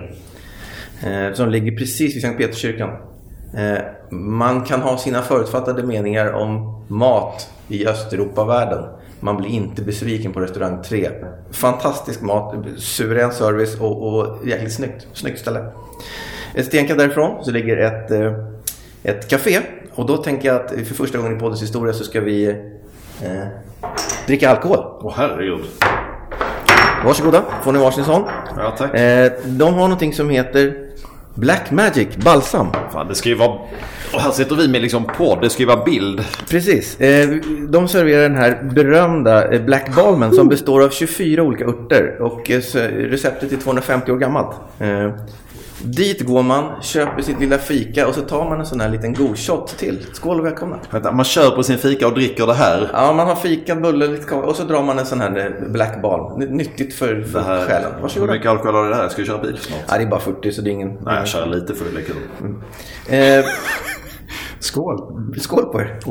Eh, som ligger precis vid Sankt Peterskyrkan. Eh, man kan ha sina förutfattade meningar om mat i Östeuropa-världen. Man blir inte besviken på restaurang tre. Fantastisk mat, suverän service och, och jäkligt snyggt. Snyggt ställe. Ett stenkast därifrån så ligger ett, ett café. Och då tänker jag att för första gången i poddens historia så ska vi eh, dricka alkohol. Åh oh, herregud. Varsågoda, får ni varsin sån. Ja, tack. Eh, de har någonting som heter Black Magic Balsam. Fan, det ska ju vara... Och här sitter vi med liksom på, det ska ju vara bild. Precis. De serverar den här berömda Black Balmen som består av tjugofyra olika örter. Och receptet är tvåhundrafemtio år gammalt. Dit går man, köper sitt lilla fika och så tar man en sån här liten god shot till. Skål och välkomna. Man köper sin fika och dricker det här. Ja, man har fika, bulle lite kaffe och så drar man en sån här black ball. Nyttigt för, för här, själen. Varsågod. Hur mycket alkohol har det här? Ska vi köra bil snart? Ja, det är bara fyrtio så det är ingen... Nej, jag kör lite för det är kul. Mm. Eh, Skål! skål på er.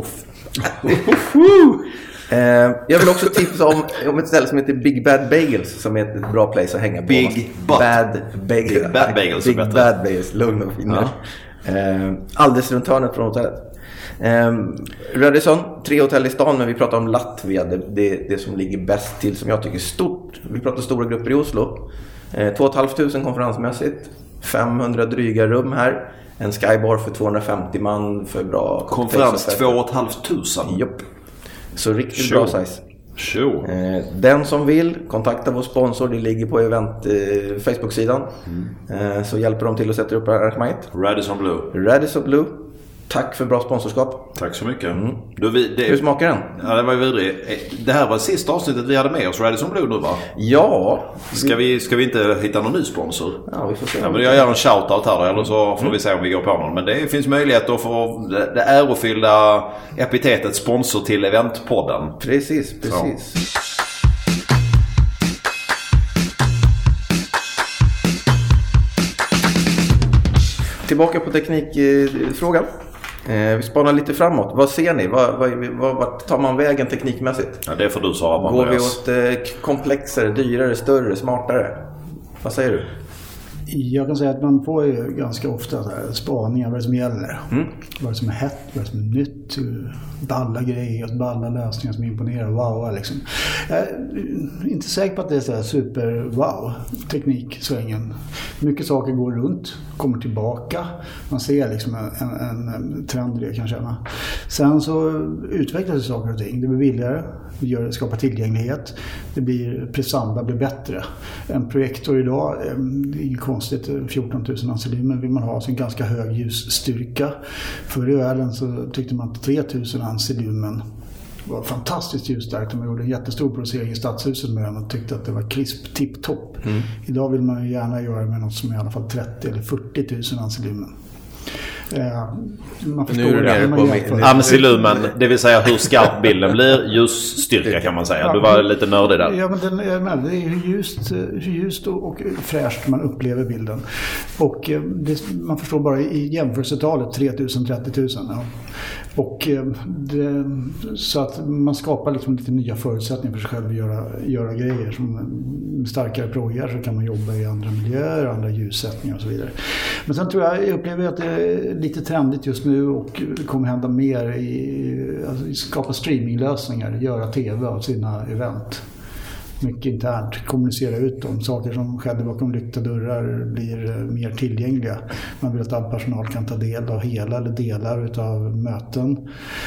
Eh, jag vill också tipsa om, om ett ställe som heter Big Bad Bagels som är ett bra place att hänga på. Big Bad Bagels. Big Bad Bagels. Big Bad Bagels, lugn och fin. Ja. Eh, alldeles runt hörnet från hotellet. Eh, Radisson, tre hotell i stan, men vi pratar om Latvia, det, det, det som ligger bäst till, som jag tycker är stort. Vi pratar stora grupper i Oslo. Eh, två och ett halvt tusen konferensmässigt. femhundra dryga rum här. En skybar för tvåhundrafemtio man för bra konferens två och ett halvt tusen. Jopp. Så riktigt Show. bra size. Show. Eh, den som vill, kontakta vår sponsor. Det ligger på event eh, Facebook-sidan. Mm. Eh, så hjälper de till att sätta upp arrangemanget. Radisson Blue. Radisson Blue. Tack för bra sponsorskap. Tack så mycket. Mm. Du, vi, det, Hur smakar den? Ja, det var ju vidrigt. Det här var sista avsnittet vi hade med oss, Radisson Blue nu, va? Ja. Ska vi, ska vi inte hitta någon ny sponsor? Ja, vi får se. Ja, men jag gör en shoutout här då, eller så får mm. vi se om vi går på någon. Men det finns möjlighet att få det, det ärofyllda epitetet sponsor till eventpodden. Precis, precis. Så. Tillbaka på teknikfrågan. Eh, vi spanar lite framåt. Vad ser ni? Vad, vad, vad, vad tar man vägen teknikmässigt? Ja, det får du svara på. Går vi åt eh, komplexare, dyrare, större, smartare? Vad säger du? Jag kan säga att man får ju ganska ofta så här spaningar vad det som gäller. Mm. Vad det som är hett, vad det som är nytt, balla grejer, balla lösningar som imponerar. Wow, liksom. Jag är inte säker på att det är så här super wow tekniksvängen. Mycket saker går runt, kommer tillbaka. Man ser liksom en, en, en trend i det kan känna. Sen så utvecklas saker och ting. Det blir billigare, det gör, det skapar tillgänglighet. Det blir prestanda blir bättre. En projektor idag, det är ju konstigt, fjorton tusen ampere vill man ha sin ganska hög ljusstyrka. Förr i världen så tyckte man att tre tusen ampere var fantastiskt ljusstarkt. Man gjorde en jättestor producering i stadshuset med den och tyckte att det var krisp, tipptopp. Mm. Idag vill man ju gärna göra med något som är i alla fall trettio eller fyrtio tusen ampere. Eh, man förstår nu är det man på amsilumen, det vill säga hur skarp bilden blir, ljusstyrka kan man säga. Ja, du var lite nördig där. Ja, men den, det är hur ljust, hur ljust och, och fräscht man upplever bilden. Och det, man förstår bara i jämförelsetalet tre tusen till trettio tusen. Ja. Och det, så att man skapar liksom lite nya förutsättningar för sig själv att göra, göra grejer. Som med starkare projar så kan man jobba i andra miljöer, andra ljussättningar och så vidare. Men sen tror jag, jag upplever att det är lite trendigt just nu och det kommer hända mer i alltså, skapa streaminglösningar, göra tv av sina event. Mycket internt, kommunicera ut dem. Saker som skedde bakom lyckta dörrar blir mer tillgängliga. Man vill att all personal kan ta del av hela eller delar av möten.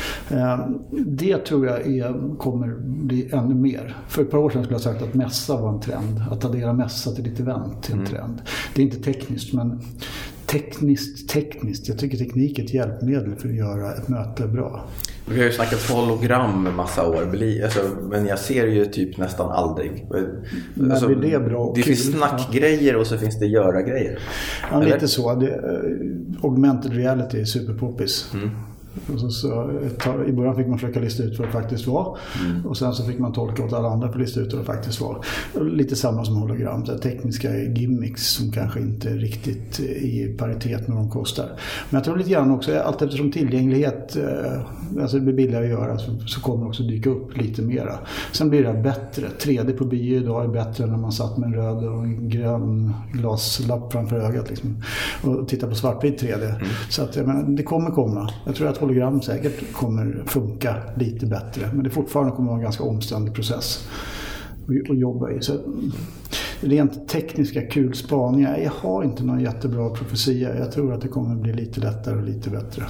Det tror jag är, kommer bli ännu mer. För ett par år sedan skulle jag sagt att mässa var en trend. Att addera mässa till ett event är en trend. Det är inte tekniskt, men tekniskt, tekniskt. Jag tycker teknik är ett hjälpmedel för att göra ett möte bra. Vi har ju snackat hologram massa år, alltså, men jag ser ju typ nästan aldrig. Alltså, det är bra. Det finns snackgrejer och så finns det göra-grejer. Ja, lite så. Det, uh, augmented reality är superpoppis. Mm. Och så, så, I början fick man försöka lista ut vad det faktiskt var. Mm. Och sen så fick man tolka åt alla andra för att lista ut vad det faktiskt var. Lite samma som hologram. Så tekniska gimmicks som kanske inte är riktigt i paritet med vad de kostar. Men jag tror lite grann också, allt eftersom tillgänglighet alltså det blir billigare att göra, så, så kommer det också dyka upp lite mera. Sen blir det bättre. tre D på bio idag är bättre än när man satt med en röd och en grön glaslapp framför ögat. Liksom, och tittar på svartvit tre D. Mm. Så att, jag menar, det kommer komma. Jag tror att hologram säkert kommer funka lite bättre. Men det fortfarande kommer vara en ganska omständig process att jobba i. Så rent tekniska kul spaningar, jag har inte någon jättebra profetia. Jag tror att det kommer bli lite lättare och lite bättre.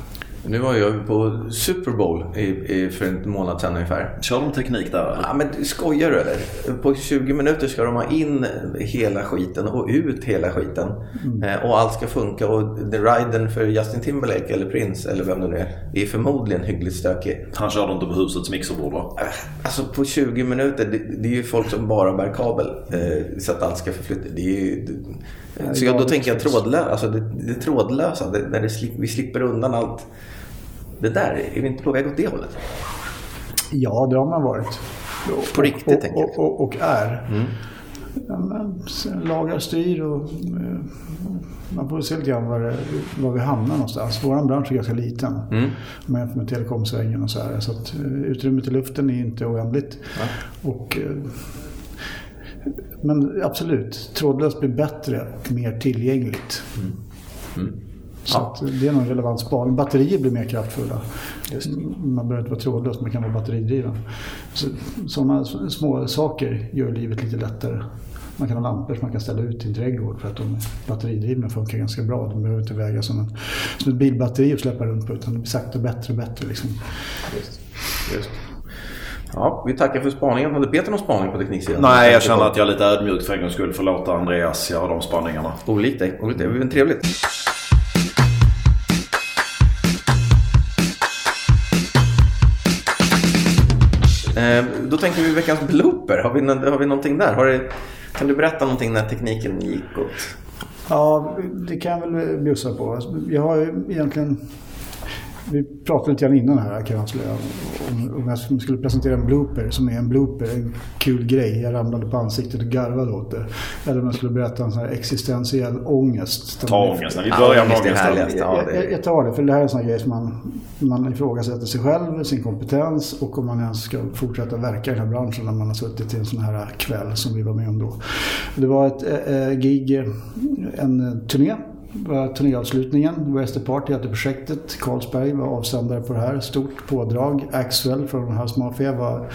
Nu var jag på Super Bowl i, i, för en månad sedan ungefär. Kör de teknik där eller? Ja, men skojar du eller? På tjugo minuter ska de ha in hela skiten och ut hela skiten. Mm. Eh, och allt ska funka. Och the riden för Justin Timberlake eller Prince eller vem det nu är, är förmodligen hyggligt stökig. Han körde inte på husets mixerbord va? Eh, alltså på tjugo minuter, det, det är ju folk som bara bär kabel eh, så att allt ska förflytta. Det är ju... Det, så jag, då tänker jag trådlösa, alltså det, det trådlösa, det, när det slip, vi slipper undan allt. Det där, är vi inte på väg åt det hållet? Ja, det har man varit. På riktigt, och, tänker jag. Och, och, och är. Mm. Ja, men, lagar styr och man får se lite grann var, det, var vi hamnar någonstans. Vår bransch är ganska liten. Mm. Med, med telekomsvängen och så här. Så att utrymmet i luften är inte oändligt. Ja. Och... Men absolut, trådlöst blir bättre och mer tillgängligt. Mm. Mm. Så ja. Att det är någon relevant spaning. Batterier blir mer kraftfulla. Just. Man behöver inte vara trådlös, man kan vara batteridriven. Så, sådana små saker gör livet lite lättare. Man kan ha lampor som man kan ställa ut i en trädgård för att de batteridrivna funkar ganska bra. De behöver inte väga som, en, som ett bilbatteri och släppa runt på, utan det blir sakta bättre och bättre. Liksom. Just. Just. Ja, vi tackar för spaningen. Hade Peter någon spaning på tekniksidan? Nej, jag känner att jag är lite ödmjukt för en gång skulle förlåta Andreas göra de spaningarna. Olikt dig, olikt dig. Det är trevligt. Eh, då tänker vi veckans blooper. Har vi, har vi någonting där? Har det, kan du berätta någonting när tekniken gick åt? Ja, det kan jag väl bjussa på. Jag har ju egentligen... Vi pratade lite grann innan här kan jag avslöja om, om jag skulle presentera en blooper som är en blooper, en kul grej. Jag ramlade på ansiktet och garvade åt det. Eller om jag skulle berätta en sån här existentiell ångest. Ta ångest, när vi börjar med ångest. Jag, jag, jag tar det, för det här är en sån här grej som man, man ifrågasätter sig själv, sin kompetens och om man ens ska fortsätta verka i den här branschen när man har suttit i en sån här kväll som vi var med om då. Det var ett äh, gig, en turné. Var turnéavslutningen, West Party hade projektet, Carlsberg var avsändare på det här, stort pådrag, Axwell från House Mafia var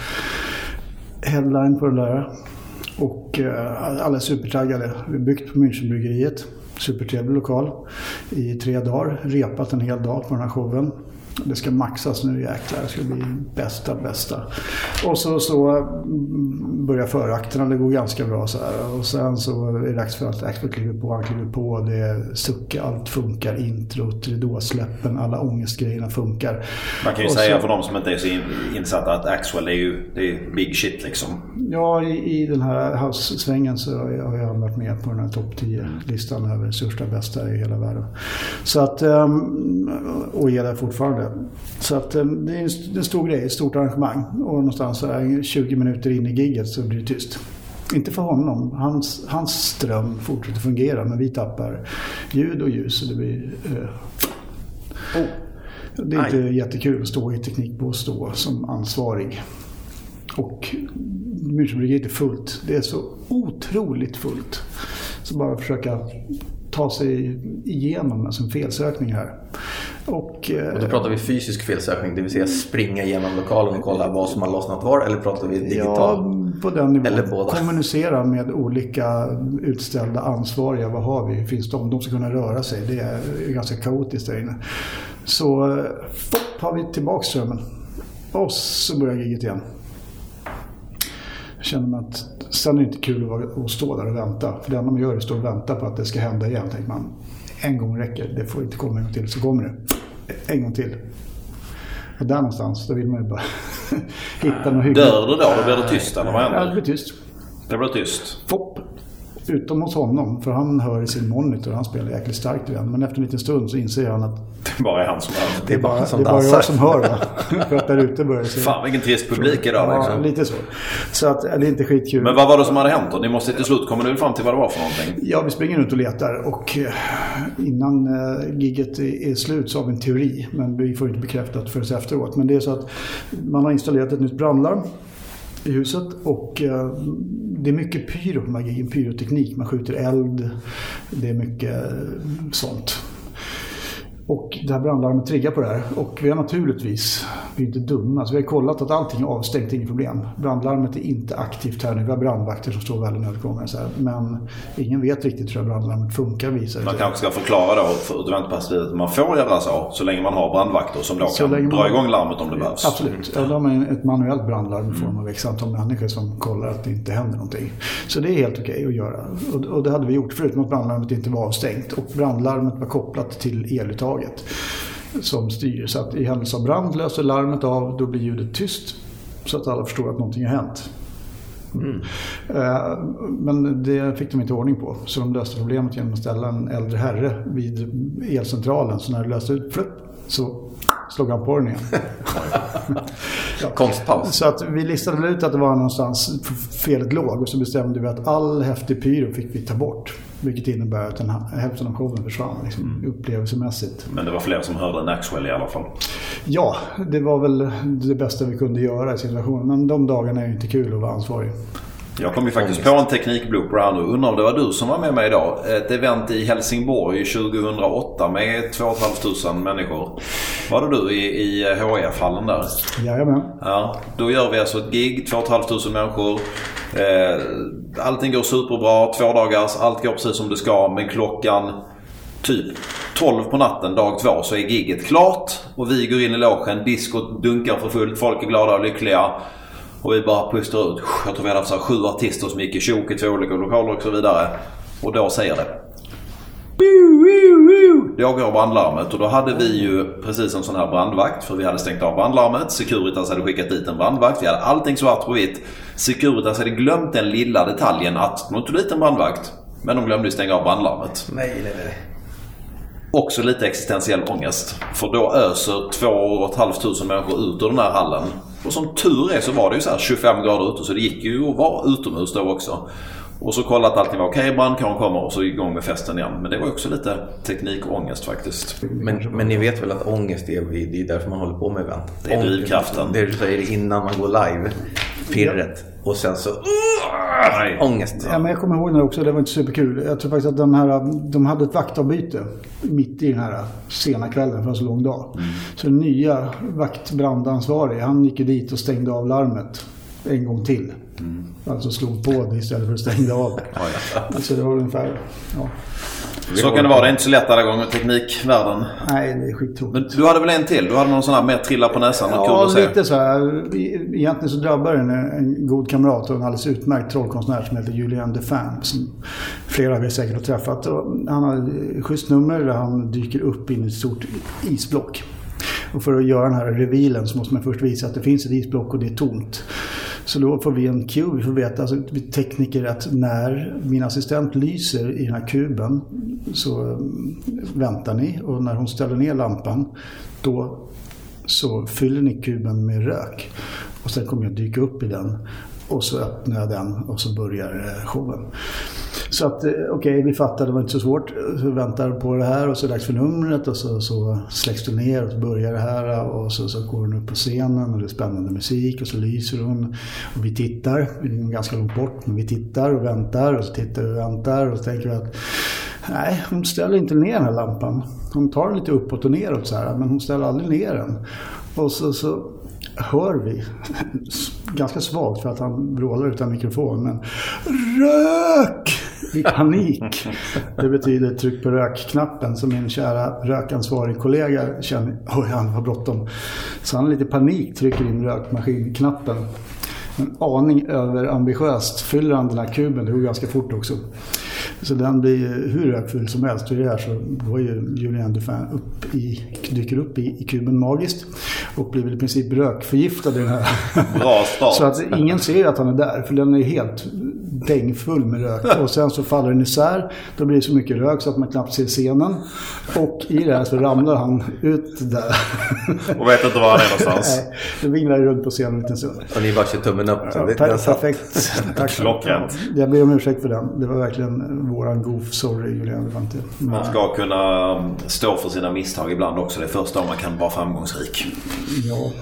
headline på det där och uh, alla supertaggade. Vi byggt på Münchenbryggeriet, supertrevlig lokal i tre dagar, repat en hel dag på den här showen. Det ska maxas nu, jäklar. Det ska bli bästa, bästa. Och så, så börjar förakterna, det går ganska bra så här. Och sen så är det dags för att Axel kliver på, han kliver på. Det suckar, allt funkar. Introt, ridåsläppen, alla ångestgrejerna funkar. Man kan ju och säga så, för de som inte är så insatta att Axel är ju det är big shit liksom. Ja, i, i den här house-svängen så har jag varit med på den här topp tio-listan över största bästa i hela världen. Så att, och är där fortfarande. Så att det är en stor grej, ett stort arrangemang och någonstans så här tjugo minuter in i gigget så blir det tyst. Inte för honom, hans, hans ström fortsätter fungera men vi tappar ljud och ljus och det blir eh, oh. Det är inte Aj. jättekul att stå i teknik på att stå som ansvarig. Och Münchenbryggeriet är fullt, det är så otroligt fullt. Så bara försöka ta sig igenom alltså en felsökning här. Och, och då pratar vi fysisk felsökning, det vill säga springa igenom lokalen och kolla vad som har lossnat var, eller pratar vi digitalt? Ja, på den nivån. Eller båda. Kommunicera med olika utställda ansvariga, vad har vi? Finns de? De ska kunna röra sig, det är ganska kaotiskt där inne. Så fopp, har vi tillbaka strömmen. Och så börjar giget igen. Jag känner att sen är det inte kul att stå där och vänta. För det enda man gör är att stå och vänta på att det ska hända igen. Tänker man, en gång räcker, det får inte komma en gång till, så kommer det. En gång till. Och där någonstans, då vill man ju bara hitta något hyggligt. Dör det då? Då blir det tyst eller vad händer? Ja, det blir tyst. Det blir tyst. Fopp. Utom hos honom, för han hör i sin monitor, han spelar jäkligt starkt igen. Men efter en liten stund så inser han att det bara är han som hör. Det är bara, som det är bara jag som hör, va? För att där ute börjar se. Fan, vilken trist publik idag. Ja, liksom. Lite så. Så att, det är inte skitkul. Men vad var det som hade hänt då? Ni måste till slut komma nu fram till vad det var för någonting. Ja, vi springer runt och letar. Och innan gigget är slut så har vi en teori. Men vi får inte bekräftat förrän efteråt. Men det är så att man har installerat ett nytt brandlarm i huset och eh, det är mycket pyro på magi, pyroteknik, man skjuter eld, det är mycket eh, sånt. Och det här brandlarmet triggar på det här och vi har naturligtvis, vi är inte dumma. Så vi har kollat att allting är avstängt, inget problem. Brandlarmet är inte aktivt här nu. Vi har brandvakter som står väl i nödutgångar. Så här. Men ingen vet riktigt hur brandlarmet funkar. Visar man kanske ska förklara då för utväntperspektivet att man får göra så så länge man har brandvakter som då så kan dra man... igång larmet om det behövs. Absolut. Ja, de är ett manuellt brandlarm i form av x antal människor som kollar att det inte händer någonting. Så det är helt okej att göra. Och, och det hade vi gjort förutom att brandlarmet inte var avstängt. Och brandlarmet var kopplat till eluttaget som styr. Så att i händelse av brand löser larmet av, då blir ljudet tyst så att alla förstår att någonting har hänt. Mm. Men det fick de inte ordning på. Så de löste problemet genom att ställa en äldre herre vid elcentralen. Så när det löste ut flupp, så slog han på den igen. Ja. Konstpaus. Så att vi listade ut att det var någonstans felet låg. Och så bestämde vi att all häftig pyro fick vi ta bort. Vilket innebär att den här, hälften av showen försvann liksom, mm. upplevelsemässigt. Men det var fler som hörde än Axwell i alla fall. Ja, det var väl det bästa vi kunde göra i situationen. Men de dagarna är ju inte kul att vara ansvarig. Jag kom ju faktiskt på en teknikblooper här nu. Undrar om det var du som var med mig idag. Ett event i Helsingborg tjugohundraåtta med två och ett halvt tusen människor. Var det du i, i H F-hallen där? Jajamän. Ja, då gör vi alltså ett gig, två och ett halvt tusen människor. Eh, allting går superbra, två dagars, allt går precis som det ska. Men klockan typ tolv på natten, dag två, så är giget klart. Och vi går in i logen, diskot dunkar för fullt, folk är glada och lyckliga. Och vi bara pustar ut. Jag tror vi hade haft sju artister som gick i tjok i två olika lokaler och så vidare. Och då säger det. Då går brandlarmet. Och då hade vi ju precis en sån här brandvakt. För vi hade stängt av brandlarmet. Securitas hade skickat dit en brandvakt. Vi hade allting svart på vitt. Securitas hade glömt den lilla detaljen att de tog dit en brandvakt. Men de glömde stänga av brandlarmet. Nej, nej, nej. Också lite existentiell ångest. För då öser två och ett halvt tusen människor ut ur den här hallen. Och som tur är så var det ju så här tjugofem grader ute. Så det gick ju att vara utomhus då också. Och så kollade att allting var okej, brandkåren kommer och så igång med festen igen. Men det var också lite teknikångest faktiskt. Men, men ni vet väl att ångest är, det är därför man håller på med event. Det är drivkraften. Det du säger innan man går live. Pirret. Och sen så uh, ångest. Ja, men jag kommer ihåg det också, det var inte superkul. Jag tror faktiskt att den här, de hade ett vaktavbyte mitt i den här sena kvällen för en så lång dag. Mm. Så den nya vaktbrandansvarig, han gick dit och stängde av larmet en gång till. Mm. Alltså slog på det istället för att stänga av. Ja, ja. Så det var ungefär, ja. Så kan det vara, det är inte så lätt alla gånger med teknikvärlden. Nej, det är skittråkigt. Men du hade väl en till? Du hade någon sån här mer trilla på näsan? Ja, kul lite så här. Egentligen så drabbar en, en god kamrat och en alldeles utmärkt trollkonstnär som heter Julien Defan, som flera av er säkert har träffat. Och han har ett schysst nummer där han dyker upp in i ett stort isblock. Och för att göra den här revealen så måste man först visa att det finns ett isblock och det är tomt. Så då får vi en cue, vi får veta, alltså vi tekniker, att när min assistent lyser i den här kuben så väntar ni, och när hon ställer ner lampan då så fyller ni kuben med rök och sen kommer jag dyka upp i den och så öppnar jag den och så börjar showen. Så att okej, okay, vi fattar, det var inte så svårt. Så väntar på det här och så är det dags för numret och så, så släcks det ner och så börjar det här och så, så går hon upp på scenen och det är spännande musik och så lyser hon och vi tittar, vi är ganska långt bort, men vi tittar och väntar och så tittar vi och väntar och så tänker vi att nej, hon ställer inte ner den här lampan. Hon tar den lite uppåt och neråt så här, men hon ställer aldrig ner den. Och så, så hör vi ganska svagt för att han vrålar utan mikrofon, men rök i panik. Det betyder tryck på rökknappen, som min kära rökansvarig kollega känner. Oj, han har bråttom. Så han lite panik trycker in rökmaskinknappen. En aning över ambitiöst fyller han den här kuben, det går ganska fort också. Så den blir hur rökfull som helst. För det här så går ju Julien Defan upp i, dyker upp i, i kuben magiskt och blir väl i princip rökförgiftad i den här. Bra start. Så att ingen ser att han är där, för den är helt dängfull med rök. Och sen så faller den isär, då blir det så mycket rök så att man knappt ser scenen. Och i det här så ramlar han ut där. Och vet inte var han är någonstans. Nej, det vinglar runt på scenen en liten stund. Och ni bara kör tummen upp. Ja, det, per- perfekt. Tack. Klockrent. Jag ber om ursäkt för den. Det var verkligen våran goof. Sorry, Julian. Man ska kunna stå för sina misstag ibland också. Det är första om man kan vara framgångsrik. Ja.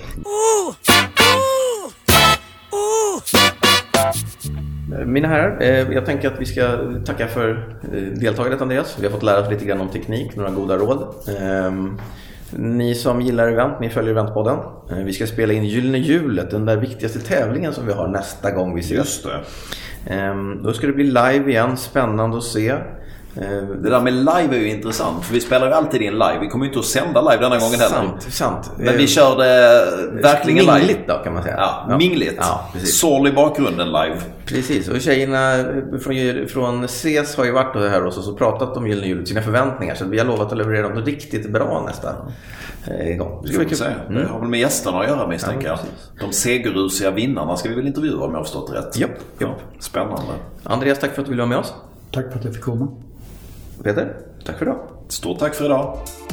Mina herrar, jag tänker att vi ska tacka för deltagandet, Andreas. Vi har fått lära oss lite grann om teknik, några goda råd. Ni som gillar event, ni följer Eventpodden. Vi ska spela in Gyllene hjulet, den där viktigaste tävlingen som vi har nästa gång vi ses. Just det. Då ska det bli live igen, spännande att se. Det där med live är ju intressant, för vi spelar ju alltid in live. Vi kommer ju inte att sända live denna gången heller. Sant, sant. Men vi körde verkligen live. Mingligt då, kan man säga. Ja, ja. Mingligt. Ja, Sol i bakgrunden live. Precis, och tjejerna från, från C E S har ju varit här hos oss och pratat om Gyllene hjulet, sina förväntningar. Så vi har lovat att leverera dem riktigt bra nästa gång. Det, det, mm. det har väl med gästerna att göra, misstänker jag. Ja, de segerrusiga vinnarna ska vi väl intervjua om jag har förstått rätt. Japp, japp. Ja, spännande. Andreas, tack för att du ville vara med oss. Tack för att jag fick komma. Peter, tack för idag. Stort tack för idag.